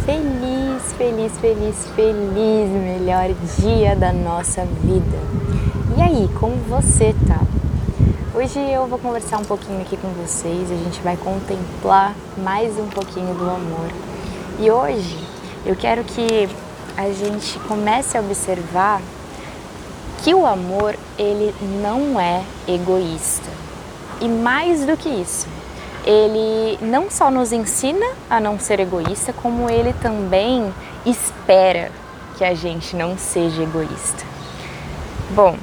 Feliz, feliz, feliz, feliz, melhor dia da nossa vida. E aí, como você tá? Hoje eu vou conversar um pouquinho aqui com vocês, a gente vai contemplar mais um pouquinho do amor. E hoje eu quero que a gente comece a observar que o amor, ele não é egoísta. E mais do que isso, ele não só nos ensina a não ser egoísta, como ele também espera que a gente não seja egoísta. Bom,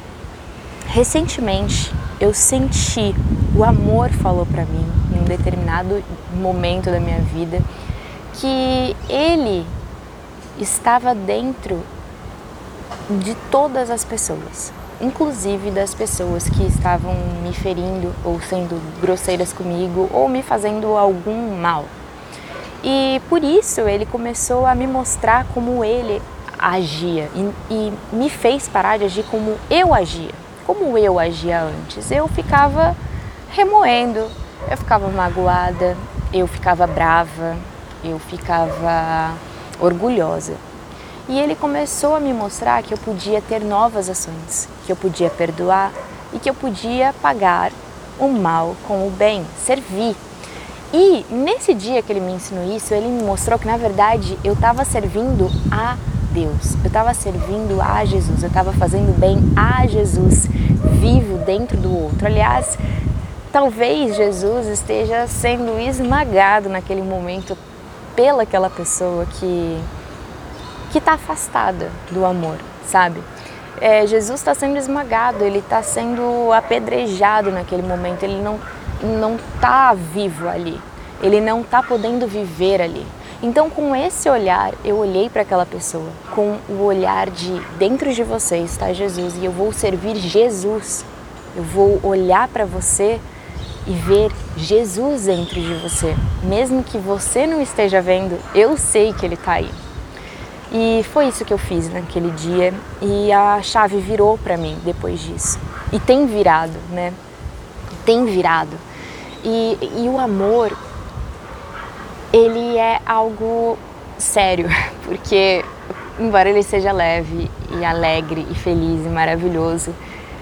recentemente eu senti, o amor falou para mim, em um determinado momento da minha vida, que ele estava dentro de todas as pessoas, inclusive das pessoas que estavam me ferindo ou sendo grosseiras comigo ou me fazendo algum mal. E por isso ele começou a me mostrar como ele agia e me fez parar de agir como eu agia. Como eu agia antes, eu ficava remoendo, eu ficava magoada, eu ficava brava, eu ficava orgulhosa. E ele começou a me mostrar que eu podia ter novas ações, que eu podia perdoar e que eu podia pagar o mal com o bem, servir. E nesse dia que ele me ensinou isso, ele me mostrou que na verdade eu estava servindo a Deus, eu estava servindo a Jesus, eu estava fazendo bem a Jesus, vivo dentro do outro. Aliás, talvez Jesus esteja sendo esmagado naquele momento pelaquela pessoa que está afastada do amor, sabe? Jesus está sendo esmagado, ele está sendo apedrejado naquele momento, ele não está vivo ali, ele não está podendo viver ali. Então, com esse olhar, eu olhei para aquela pessoa, com o olhar de dentro de você está Jesus e eu vou servir Jesus, eu vou olhar para você e ver Jesus dentro de você, mesmo que você não esteja vendo, eu sei que ele está aí. E foi isso que eu fiz naquele dia e a chave virou para mim depois disso. E tem virado, né? Tem virado. E o amor, ele é algo sério, porque embora ele seja leve e alegre e feliz e maravilhoso,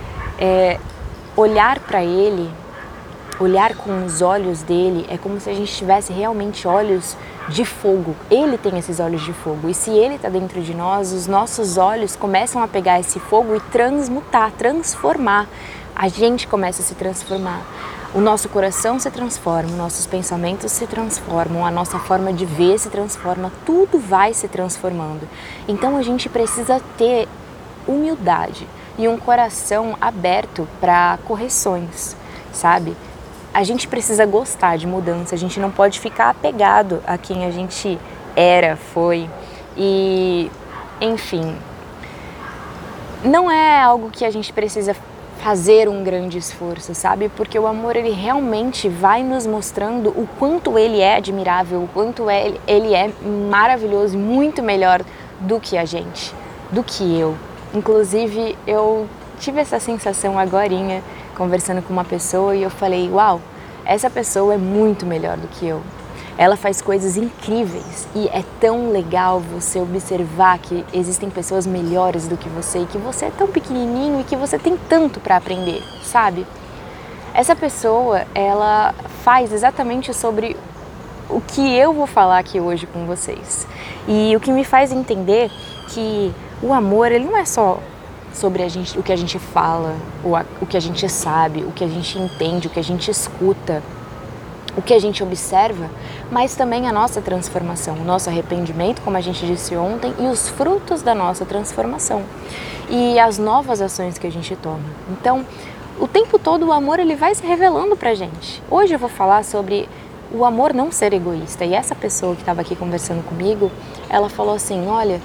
olhar para ele, olhar com os olhos dele é como se a gente tivesse realmente olhos de fogo. Ele tem esses olhos de fogo e se ele está dentro de nós, os nossos olhos começam a pegar esse fogo e transmutar, transformar. A gente começa a se transformar. O nosso coração se transforma, nossos pensamentos se transformam, a nossa forma de ver se transforma, tudo vai se transformando. Então a gente precisa ter humildade e um coração aberto para correções, sabe? A gente precisa gostar de mudança, a gente não pode ficar apegado a quem a gente era, foi e, enfim, não é algo que a gente precisa fazer um grande esforço, sabe? Porque o amor, ele realmente vai nos mostrando o quanto ele é admirável, o quanto ele é maravilhoso, muito melhor do que a gente, do que eu. Inclusive, eu tive essa sensação agorinha, conversando com uma pessoa e eu falei, uau, essa pessoa é muito melhor do que eu. Ela faz coisas incríveis e é tão legal você observar que existem pessoas melhores do que você e que você é tão pequenininho e que você tem tanto para aprender, sabe? Essa pessoa, ela faz exatamente sobre o que eu vou falar aqui hoje com vocês. E o que me faz entender que o amor, ele não é só sobre o que a gente fala, o que a gente sabe, o que a gente entende, o que a gente escuta, o que a gente observa, mas também a nossa transformação, o nosso arrependimento, como a gente disse ontem, e os frutos da nossa transformação e as novas ações que a gente toma. Então, o tempo todo o amor, ele vai se revelando pra gente. Hoje eu vou falar sobre o amor não ser egoísta, e essa pessoa que estava aqui conversando comigo, ela falou assim, olha,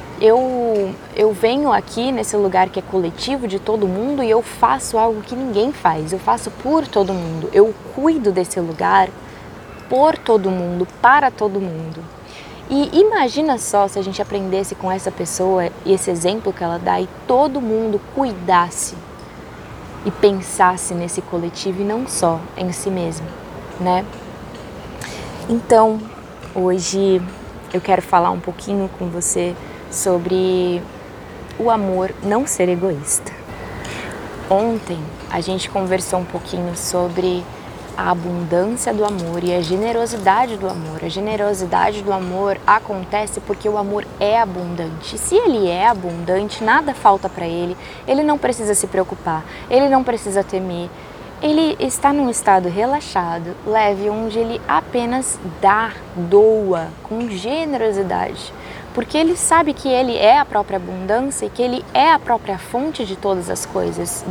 eu venho aqui nesse lugar que é coletivo de todo mundo e eu faço algo que ninguém faz, eu faço por todo mundo, eu cuido desse lugar por todo mundo, para todo mundo. E imagina só se a gente aprendesse com essa pessoa e esse exemplo que ela dá e todo mundo cuidasse e pensasse nesse coletivo e não só em si mesmo, né? Então, hoje eu quero falar um pouquinho com você sobre o amor não ser egoísta. Ontem a gente conversou um pouquinho sobre a abundância do amor e a generosidade do amor. A generosidade do amor acontece porque o amor é abundante. Se ele é abundante, nada falta para ele, ele não precisa se preocupar, ele não precisa temer. Ele está num estado relaxado, leve, onde ele apenas dá, doa com generosidade. Porque ele sabe que ele é a própria abundância e que ele é a própria fonte de todas as coisas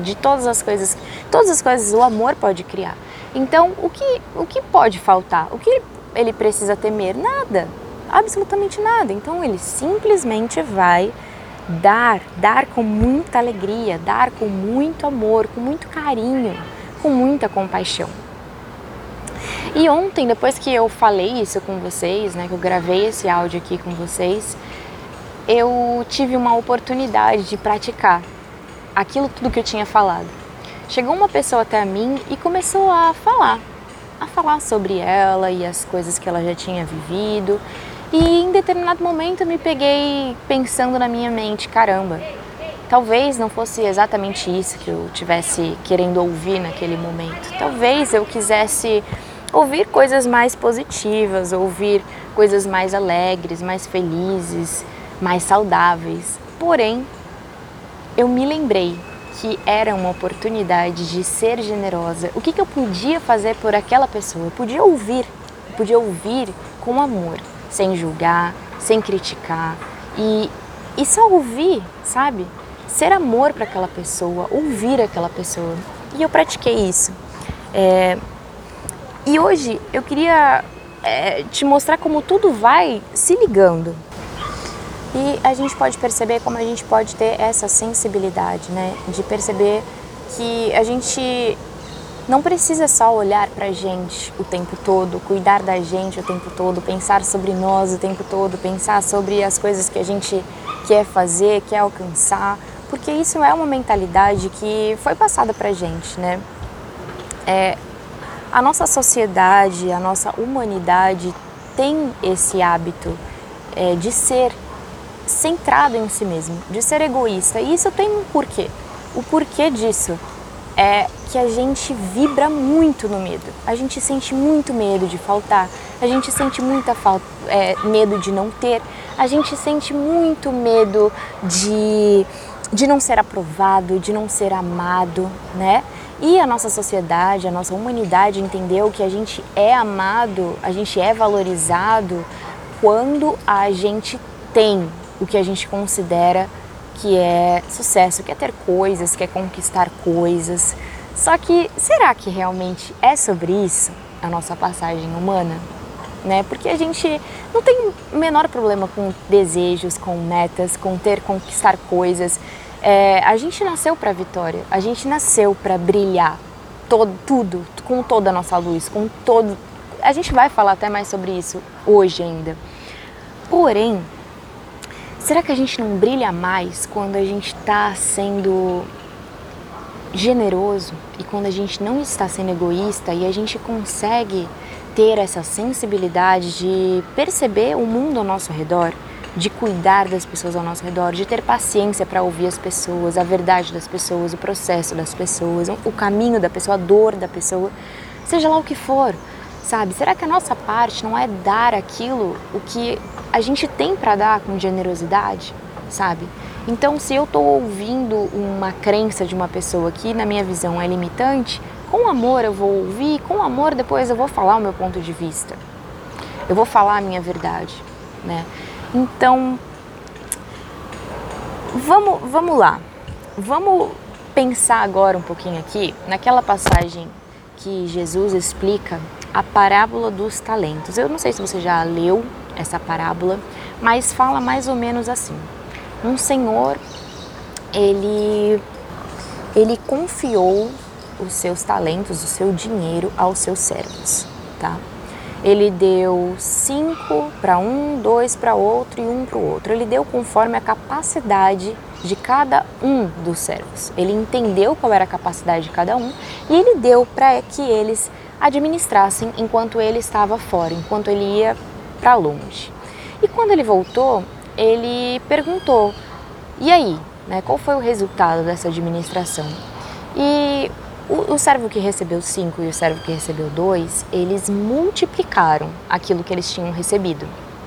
o amor pode criar. Então, o que pode faltar? O que ele precisa temer? Nada, absolutamente nada. Então, ele simplesmente vai dar com muita alegria, dar com muito amor, com muito carinho, com muita compaixão. E ontem, depois que eu falei isso com vocês, né, que eu gravei esse áudio aqui com vocês, eu tive uma oportunidade de praticar aquilo tudo que eu tinha falado. Chegou uma pessoa até mim e começou a falar sobre ela e as coisas que ela já tinha vivido. E em determinado momento eu me peguei pensando na minha mente, caramba, talvez não fosse exatamente isso que eu tivesse querendo ouvir naquele momento. Talvez eu quisesse ouvir coisas mais positivas, ouvir coisas mais alegres, mais felizes, mais saudáveis. Porém, eu me lembrei que era uma oportunidade de ser generosa. O que eu podia fazer por aquela pessoa? Eu podia ouvir com amor, sem julgar, sem criticar e só ouvir, sabe? Ser amor para aquela pessoa, ouvir aquela pessoa. E eu pratiquei isso. E hoje eu queria te mostrar como tudo vai se ligando. E a gente pode perceber como a gente pode ter essa sensibilidade, né? De perceber que a gente não precisa só olhar pra gente o tempo todo, cuidar da gente o tempo todo, pensar sobre nós o tempo todo, pensar sobre as coisas que a gente quer fazer, quer alcançar, porque isso é uma mentalidade que foi passada pra gente, né? A nossa sociedade, a nossa humanidade tem esse hábito de ser centrado em si mesmo, de ser egoísta. E isso tem um porquê. O porquê disso é que a gente vibra muito no medo. A gente sente muito medo de faltar, a gente sente medo de não ter, a gente sente muito medo de não ser aprovado, de não ser amado, né? E a nossa sociedade, a nossa humanidade entendeu que a gente é amado, a gente é valorizado quando a gente tem o que a gente considera que é sucesso, quer ter coisas, quer conquistar coisas. Só que será que realmente é sobre isso a nossa passagem humana? Né? Porque a gente não tem o menor problema com desejos, com metas, com conquistar coisas. A gente nasceu para a vitória, a gente nasceu para brilhar tudo, com toda a nossa luz, com todo. A gente vai falar até mais sobre isso hoje ainda. Porém, será que a gente não brilha mais quando a gente está sendo generoso e quando a gente não está sendo egoísta e a gente consegue ter essa sensibilidade de perceber o mundo ao nosso redor, de cuidar das pessoas ao nosso redor, de ter paciência para ouvir as pessoas, a verdade das pessoas, o processo das pessoas, o caminho da pessoa, a dor da pessoa, seja lá o que for, sabe? Será que a nossa parte não é dar aquilo, o que a gente tem para dar com generosidade, sabe? Então, se eu estou ouvindo uma crença de uma pessoa que, na minha visão, é limitante, com amor eu vou ouvir, com amor depois eu vou falar o meu ponto de vista. Eu vou falar a minha verdade, né? Então, vamos lá. Vamos pensar agora um pouquinho aqui naquela passagem que Jesus explica a parábola dos talentos. Eu não sei se você já leu essa parábola, mas fala mais ou menos assim. Um senhor, ele confiou os seus talentos, o seu dinheiro aos seus servos, tá? Ele deu 5 para um, 2 para outro e 1 para o outro. Ele deu conforme a capacidade de cada um dos servos. Ele entendeu qual era a capacidade de cada um e ele deu para que eles administrassem enquanto ele estava fora, enquanto ele ia para longe. E quando ele voltou, ele perguntou, e aí, né, qual foi o resultado dessa administração? E o servo que recebeu 5 e o servo que recebeu 2, eles multiplicaram aquilo que eles tinham recebido.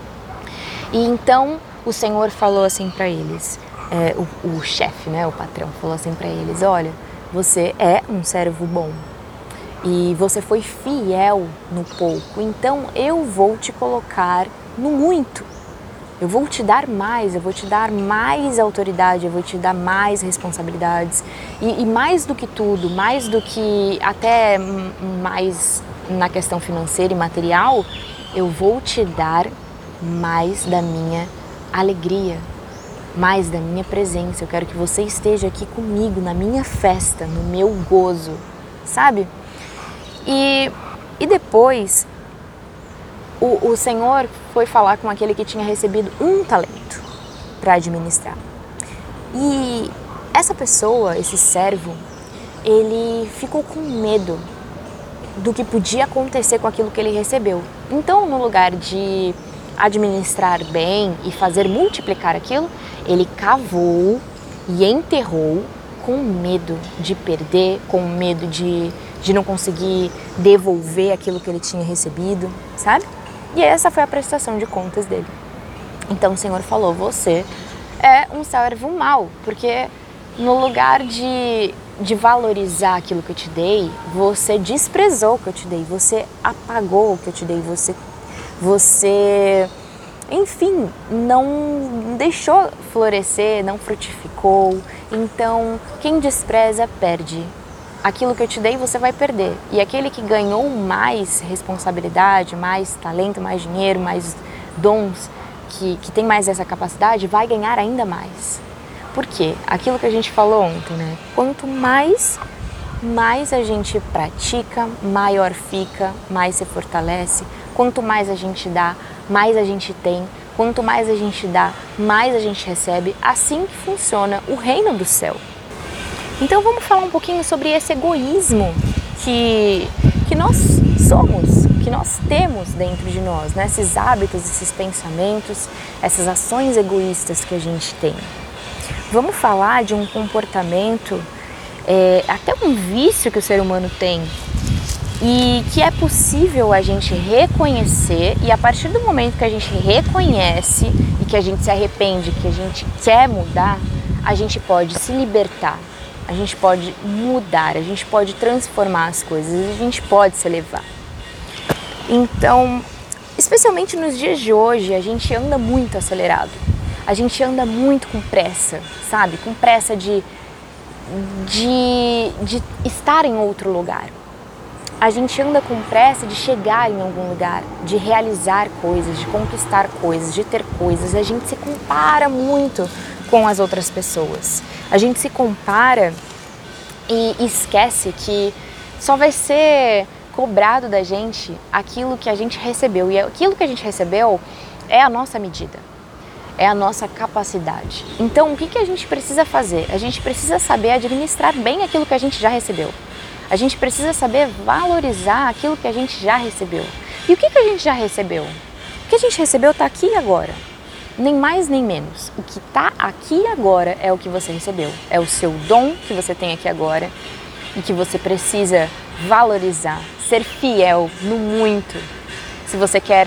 E então o Senhor falou assim para eles, o chefe, né, o patrão, falou assim para eles, olha, você é um servo bom e você foi fiel no pouco, então eu vou te colocar no muito. Eu vou te dar mais, eu vou te dar mais autoridade, eu vou te dar mais responsabilidades e mais do que tudo, mais do que até mais na questão financeira e material, eu vou te dar mais da minha alegria, mais da minha presença. Eu quero que você esteja aqui comigo na minha festa, no meu gozo, sabe? E depois o Senhor foi falar com aquele que tinha recebido 1 talento para administrar. E essa pessoa, esse servo, ele ficou com medo do que podia acontecer com aquilo que ele recebeu. Então, no lugar de administrar bem e fazer multiplicar aquilo, ele cavou e enterrou com medo de perder, com medo de não conseguir devolver aquilo que ele tinha recebido, sabe? E essa foi a prestação de contas dele. Então o Senhor falou, você é um servo mau, porque no lugar de valorizar aquilo que eu te dei, você desprezou o que eu te dei, você apagou o que eu te dei, você enfim, não deixou florescer, não frutificou. Então, quem despreza, perde. Aquilo que eu te dei, você vai perder. E aquele que ganhou mais responsabilidade, mais talento, mais dinheiro, mais dons, que tem mais essa capacidade, vai ganhar ainda mais. Por quê? Aquilo que a gente falou ontem, né? Quanto mais a gente pratica, maior fica, mais se fortalece. Quanto mais a gente dá, mais a gente tem. Quanto mais a gente dá, mais a gente recebe. Assim que funciona o reino do céu. Então vamos falar um pouquinho sobre esse egoísmo que nós somos, que nós temos dentro de nós, né? Esses hábitos, esses pensamentos, essas ações egoístas que a gente tem. Vamos falar de um comportamento, até um vício que o ser humano tem e que é possível a gente reconhecer, e a partir do momento que a gente reconhece e que a gente se arrepende, que a gente quer mudar, a gente pode se libertar. A gente pode mudar, a gente pode transformar as coisas, a gente pode se elevar. Então, especialmente nos dias de hoje, a gente anda muito acelerado. A gente anda muito com pressa, sabe? Com pressa de estar em outro lugar. A gente anda com pressa de chegar em algum lugar, de realizar coisas, de conquistar coisas, de ter coisas. A gente se compara muito com as outras pessoas. A gente se compara e esquece que só vai ser cobrado da gente aquilo que a gente recebeu. E aquilo que a gente recebeu é a nossa medida, é a nossa capacidade. Então, o que a gente precisa fazer? A gente precisa saber administrar bem aquilo que a gente já recebeu. A gente precisa saber valorizar aquilo que a gente já recebeu. E o que a gente já recebeu? O que a gente recebeu está aqui e agora. Nem mais nem menos. O que está aqui e agora é o que você recebeu. É o seu dom que você tem aqui agora e que você precisa valorizar, ser fiel no muito. Se você quer,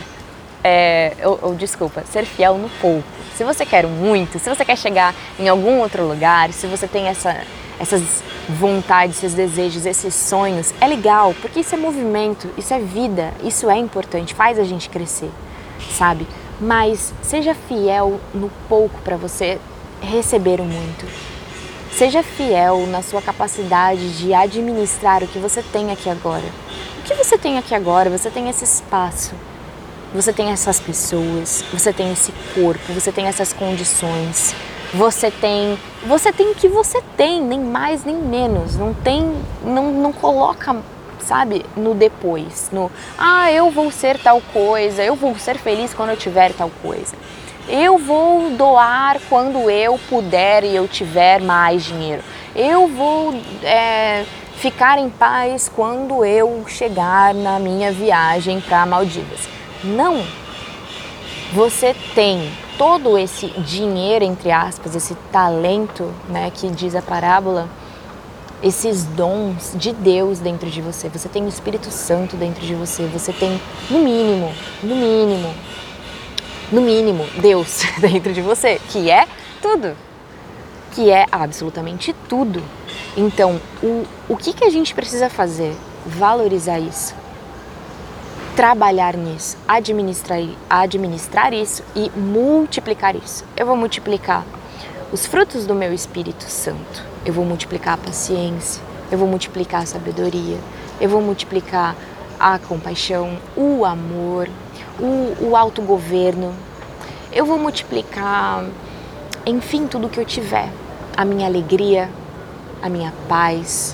ser fiel no pouco. Se você quer o muito, se você quer chegar em algum outro lugar, se você tem essas vontades, esses desejos, esses sonhos, é legal, porque isso é movimento, isso é vida, isso é importante, faz a gente crescer, sabe? Mas seja fiel no pouco para você receber o muito. Seja fiel na sua capacidade de administrar o que você tem aqui agora. O que você tem aqui agora? Você tem esse espaço, você tem essas pessoas, você tem esse corpo, você tem essas condições. Você tem o que você tem, nem mais nem menos. Não coloca, sabe, no depois, eu vou ser tal coisa, eu vou ser feliz quando eu tiver tal coisa. Eu vou doar quando eu puder e eu tiver mais dinheiro. Eu vou ficar em paz quando eu chegar na minha viagem para Maldivas. Não! você tem todo esse dinheiro, entre aspas, esse talento, né, que diz a parábola, esses dons de Deus dentro de você. Você tem o Espírito Santo dentro de você. Você tem, no mínimo, Deus dentro de você, que é tudo. Que é absolutamente tudo. Então, o que a gente precisa fazer? Valorizar isso. Trabalhar nisso, administrar isso e multiplicar isso. Eu vou multiplicar os frutos do meu Espírito Santo. Eu vou multiplicar a paciência, eu vou multiplicar a sabedoria, eu vou multiplicar a compaixão, o amor, o autogoverno. Eu vou multiplicar, enfim, tudo que eu tiver. A minha alegria, a minha paz,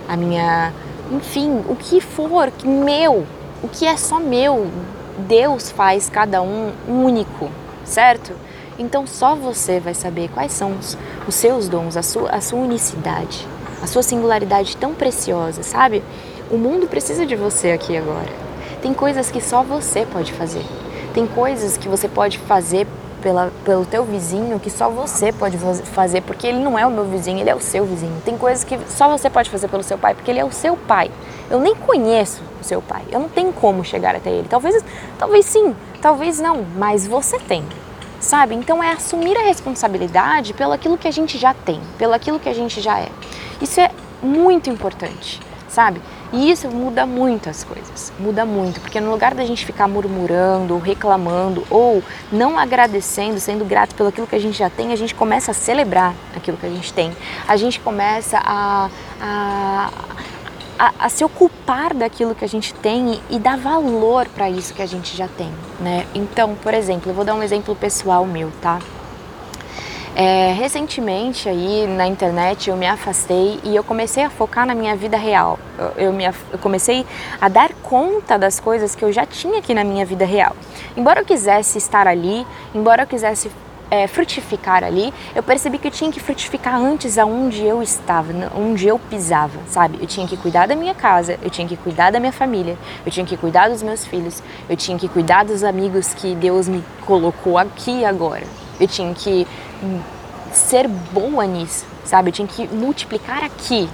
enfim, o que for meu. O que é só meu, Deus faz cada um único, certo? Então só você vai saber quais são os seus dons, a sua unicidade, a sua singularidade tão preciosa, sabe? O mundo precisa de você aqui agora. Tem coisas que só você pode fazer. Tem coisas que você pode fazer pelo teu vizinho que só você pode fazer, porque ele não é o meu vizinho, ele é o seu vizinho. Tem coisas que só você pode fazer pelo seu pai, porque ele é o seu pai. Eu nem conheço o seu pai, eu não tenho como chegar até ele. Talvez sim, talvez não, mas você tem, sabe? Então é assumir a responsabilidade pelo aquilo que a gente já tem, pelo aquilo que a gente já é. Isso é muito importante, sabe? E isso muda muito as coisas, muda muito, porque no lugar da gente ficar murmurando, ou reclamando, ou não agradecendo, sendo grato pelo aquilo que a gente já tem, a gente começa a celebrar aquilo que a gente tem, a gente começa a se ocupar daquilo que a gente tem e dar valor para isso que a gente já tem, né? Então, por exemplo, eu vou dar um exemplo pessoal meu, tá? Recentemente aí na internet eu me afastei e eu comecei a focar na minha vida real. Eu comecei a dar conta das coisas que eu já tinha aqui na minha vida real. Embora eu quisesse estar ali, embora eu quisesse frutificar ali, eu percebi que eu tinha que frutificar antes aonde eu estava, onde eu pisava, sabe? Eu tinha que cuidar da minha casa, eu tinha que cuidar da minha família, eu tinha que cuidar dos meus filhos, eu tinha que cuidar dos amigos que Deus me colocou aqui agora. Eu tinha que ser boa nisso, sabe? Eu tinha que multiplicar aqui.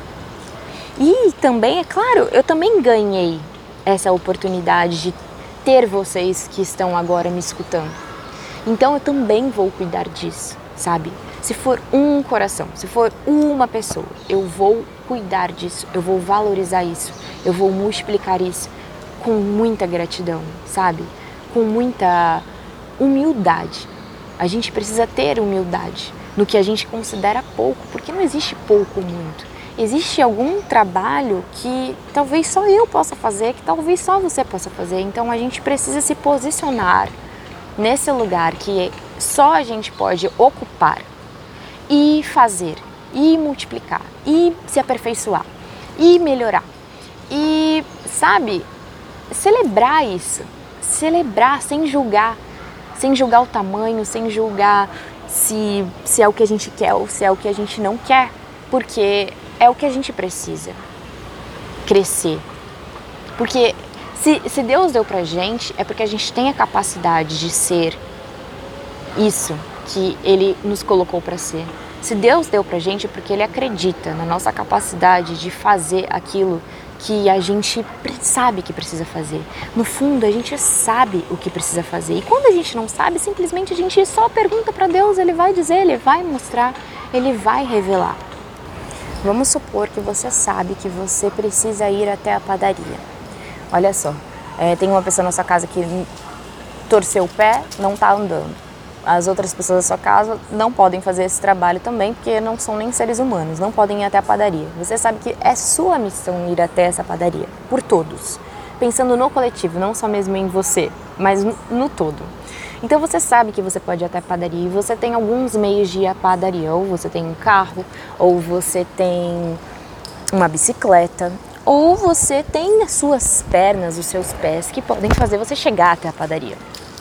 E também, é claro, eu também ganhei essa oportunidade de ter vocês que estão agora me escutando. Então eu também vou cuidar disso, sabe? Se for um coração, se for uma pessoa, eu vou cuidar disso, eu vou valorizar isso, eu vou multiplicar isso com muita gratidão, sabe? Com muita humildade. A gente precisa ter humildade no que a gente considera pouco, porque não existe pouco ou muito. Existe algum trabalho que talvez só eu possa fazer, que talvez só você possa fazer. Então a gente precisa se posicionar nesse lugar que só a gente pode ocupar e fazer, e multiplicar, e se aperfeiçoar, e melhorar. E, sabe, celebrar isso, celebrar sem julgar o tamanho, sem julgar se é o que a gente quer ou se é o que a gente não quer, porque é o que a gente precisa crescer. Porque se Deus deu pra gente, é porque a gente tem a capacidade de ser isso que Ele nos colocou para ser. Se Deus deu pra gente, é porque Ele acredita na nossa capacidade de fazer aquilo que a gente sabe que precisa fazer. No fundo, a gente sabe o que precisa fazer. E quando a gente não sabe, simplesmente a gente só pergunta para Deus, Ele vai dizer, Ele vai mostrar, Ele vai revelar. Vamos supor que você sabe que você precisa ir até a padaria. Olha só, tem uma pessoa na sua casa que torceu o pé, não está andando. As outras pessoas da sua casa não podem fazer esse trabalho também, porque não são nem seres humanos, não podem ir até a padaria. Você sabe que é sua missão ir até essa padaria, por todos. Pensando no coletivo, não só mesmo em você, mas no todo. Então você sabe que você pode ir até a padaria e você tem alguns meios de ir à padaria. Ou você tem um carro, ou você tem uma bicicleta, ou você tem as suas pernas, os seus pés, que podem fazer você chegar até a padaria.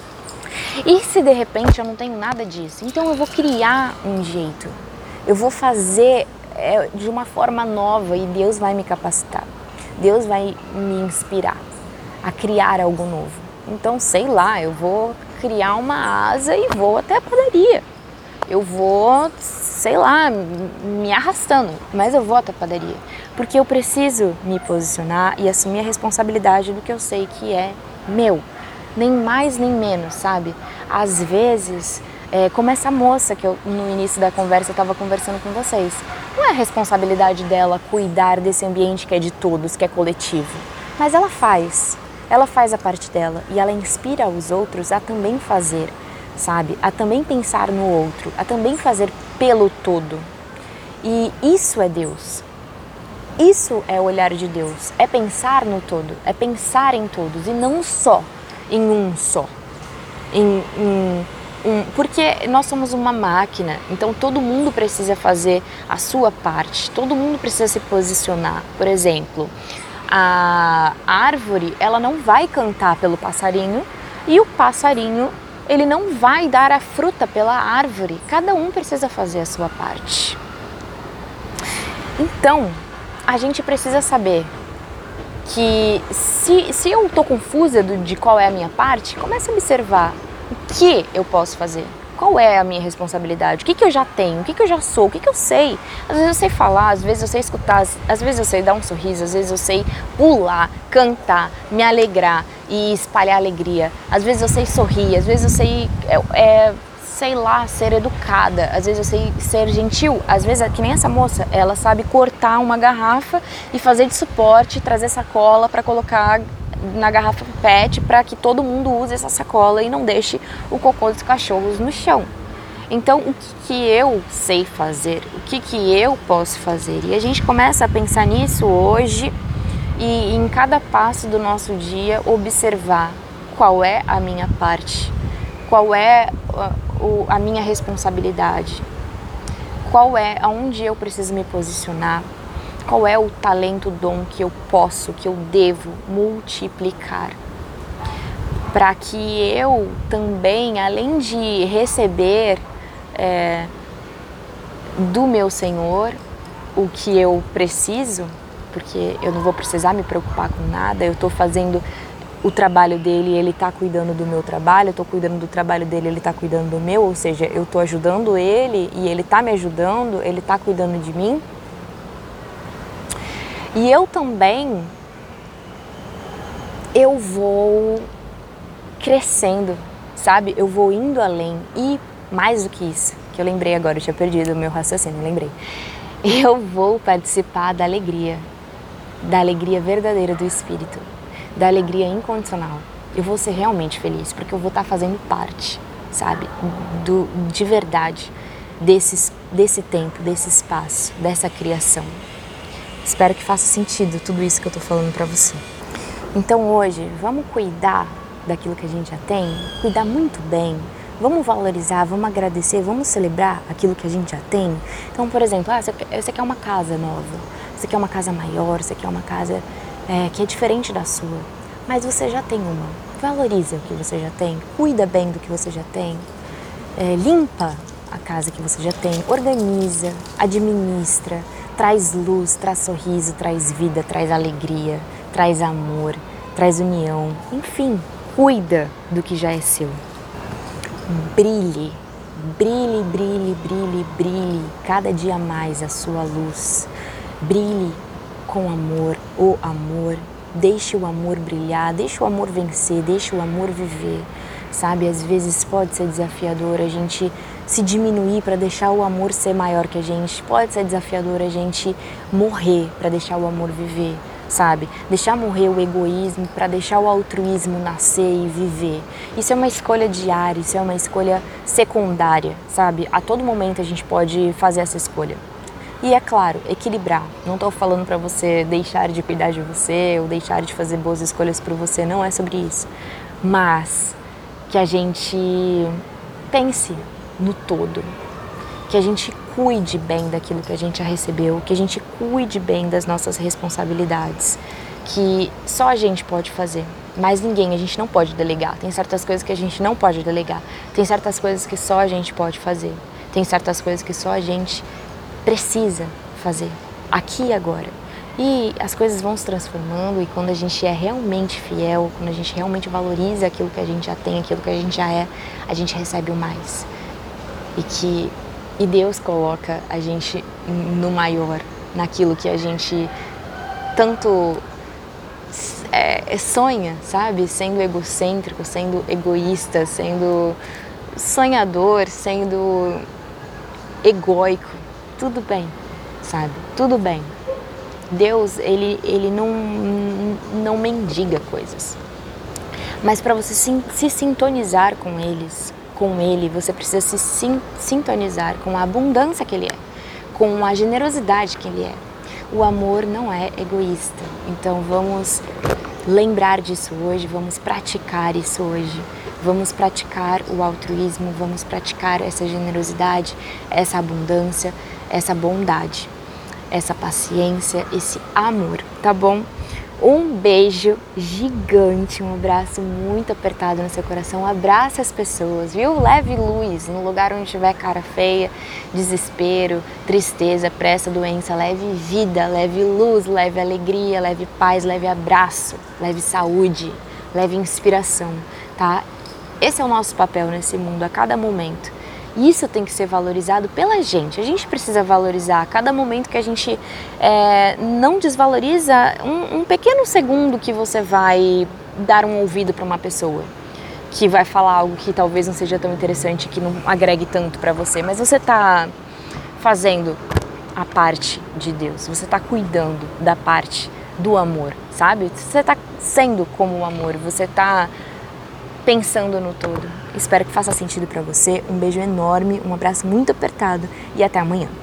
E se de repente eu não tenho nada disso, então eu vou criar um jeito, eu vou fazer de uma forma nova e Deus vai me capacitar, Deus vai me inspirar a criar algo novo. Então, sei lá, eu vou criar uma asa e vou até a padaria. Eu vou, sei lá, me arrastando, mas eu vou até a padaria. Porque eu preciso me posicionar e assumir a responsabilidade do que eu sei que é meu. Nem mais nem menos, sabe? Às vezes, como essa moça que eu, no início da conversa, estava conversando com vocês, não é responsabilidade dela cuidar desse ambiente que é de todos, que é coletivo. Mas ela faz a parte dela e ela inspira os outros a também fazer, sabe? A também pensar no outro, a também fazer pelo todo. E isso é Deus. Isso é o olhar de Deus, é pensar no todo, é pensar em todos e não só em um só. Porque nós somos uma máquina, então todo mundo precisa fazer a sua parte, todo mundo precisa se posicionar. Por exemplo, a árvore, ela não vai cantar pelo passarinho e o passarinho, ele não vai dar a fruta pela árvore. Cada um precisa fazer a sua parte. Então, a gente precisa saber que se eu estou confusa de qual é a minha parte, comece a observar o que eu posso fazer, qual é a minha responsabilidade, o que eu já tenho, o que eu já sou, o que eu sei. Às vezes eu sei falar, às vezes eu sei escutar, às vezes eu sei dar um sorriso, às vezes eu sei pular, cantar, me alegrar e espalhar alegria. Às vezes eu sei sorrir, às vezes eu sei... sei lá, ser educada, às vezes eu sei ser gentil, às vezes, que nem essa moça, ela sabe cortar uma garrafa e fazer de suporte, trazer sacola para colocar na garrafa PET para que todo mundo use essa sacola e não deixe o cocô dos cachorros no chão. Então, o que eu sei fazer? O que eu posso fazer? E a gente começa a pensar nisso hoje e em cada passo do nosso dia observar qual é a minha parte, qual é a minha responsabilidade, qual é aonde eu preciso me posicionar, qual é o talento, o dom que eu posso, que eu devo multiplicar, para que eu também, além de receber do meu Senhor o que eu preciso, porque eu não vou precisar me preocupar com nada, eu estou fazendo o trabalho dele, ele está cuidando do meu trabalho, eu estou cuidando do trabalho dele, ele está cuidando do meu, ou seja, eu estou ajudando ele e ele está me ajudando, ele está cuidando de mim. E eu também, eu vou crescendo, sabe? Eu vou indo além e mais do que isso, que eu lembrei agora, eu tinha perdido o meu raciocínio, lembrei. Eu vou participar da alegria verdadeira do Espírito, da alegria incondicional. Eu vou ser realmente feliz, porque eu vou estar fazendo parte, sabe, de verdade, desse tempo, desse espaço, dessa criação. Espero que faça sentido tudo isso que eu estou falando para você. Então hoje, vamos cuidar daquilo que a gente já tem, cuidar muito bem, vamos valorizar, vamos agradecer, vamos celebrar aquilo que a gente já tem. Então, por exemplo, você quer uma casa nova, você quer uma casa maior, você quer uma casa que é diferente da sua, mas você já tem uma. Valoriza o que você já tem, cuida bem do que você já tem, limpa a casa que você já tem, organiza, administra, traz luz, traz sorriso, traz vida, traz alegria, traz amor, traz união, enfim, cuida do que já é seu. Brilhe, brilhe, brilhe, brilhe, brilhe cada dia mais a sua luz. Brilhe com amor, o amor. Deixe o amor brilhar, deixe o amor vencer, deixe o amor viver. Sabe, às vezes pode ser desafiador a gente se diminuir para deixar o amor ser maior que a gente. Pode ser desafiador a gente morrer para deixar o amor viver, sabe? Deixar morrer o egoísmo para deixar o altruísmo nascer e viver. Isso é uma escolha diária, isso é uma escolha secundária, sabe? A todo momento a gente pode fazer essa escolha. E é claro, equilibrar. Não estou falando para você deixar de cuidar de você ou deixar de fazer boas escolhas por você, não é sobre isso. Mas que a gente pense no todo, que a gente cuide bem daquilo que a gente já recebeu, que a gente cuide bem das nossas responsabilidades, que só a gente pode fazer, mas ninguém, a gente não pode delegar. Tem certas coisas que a gente não pode delegar, tem certas coisas que só a gente pode fazer, tem certas coisas que só a gente precisa fazer, aqui e agora. E as coisas vão se transformando, e quando a gente é realmente fiel, quando a gente realmente valoriza aquilo que a gente já tem, aquilo que a gente já é, a gente recebe o mais. E Deus coloca a gente no maior, naquilo que a gente tanto sonha, sabe? Sendo egocêntrico, sendo egoísta, sendo sonhador, sendo egóico. Tudo bem, sabe? Tudo bem. Deus, ele não mendiga coisas. Mas para você se sintonizar com Ele, você precisa se sintonizar com a abundância que Ele é, com a generosidade que Ele é. O amor não é egoísta. Então vamos lembrar disso hoje, vamos praticar isso hoje. Vamos praticar o altruísmo, vamos praticar essa generosidade, essa abundância, essa bondade, essa paciência, esse amor, tá bom? Um beijo gigante, um abraço muito apertado no seu coração. Abraça as pessoas, viu? Leve luz no lugar onde tiver cara feia, desespero, tristeza, pressa, doença. Leve vida, leve luz, leve alegria, leve paz, leve abraço, leve saúde, leve inspiração, tá? Esse é o nosso papel nesse mundo a cada momento. Isso tem que ser valorizado pela gente. A gente precisa valorizar a cada momento que a gente não desvaloriza um pequeno segundo que você vai dar um ouvido para uma pessoa que vai falar algo que talvez não seja tão interessante, que não agregue tanto para você, mas você está fazendo a parte de Deus, você está cuidando da parte do amor, sabe? Você está sendo como o amor, você está pensando no todo. Espero que faça sentido para você. Um beijo enorme, um abraço muito apertado e até amanhã.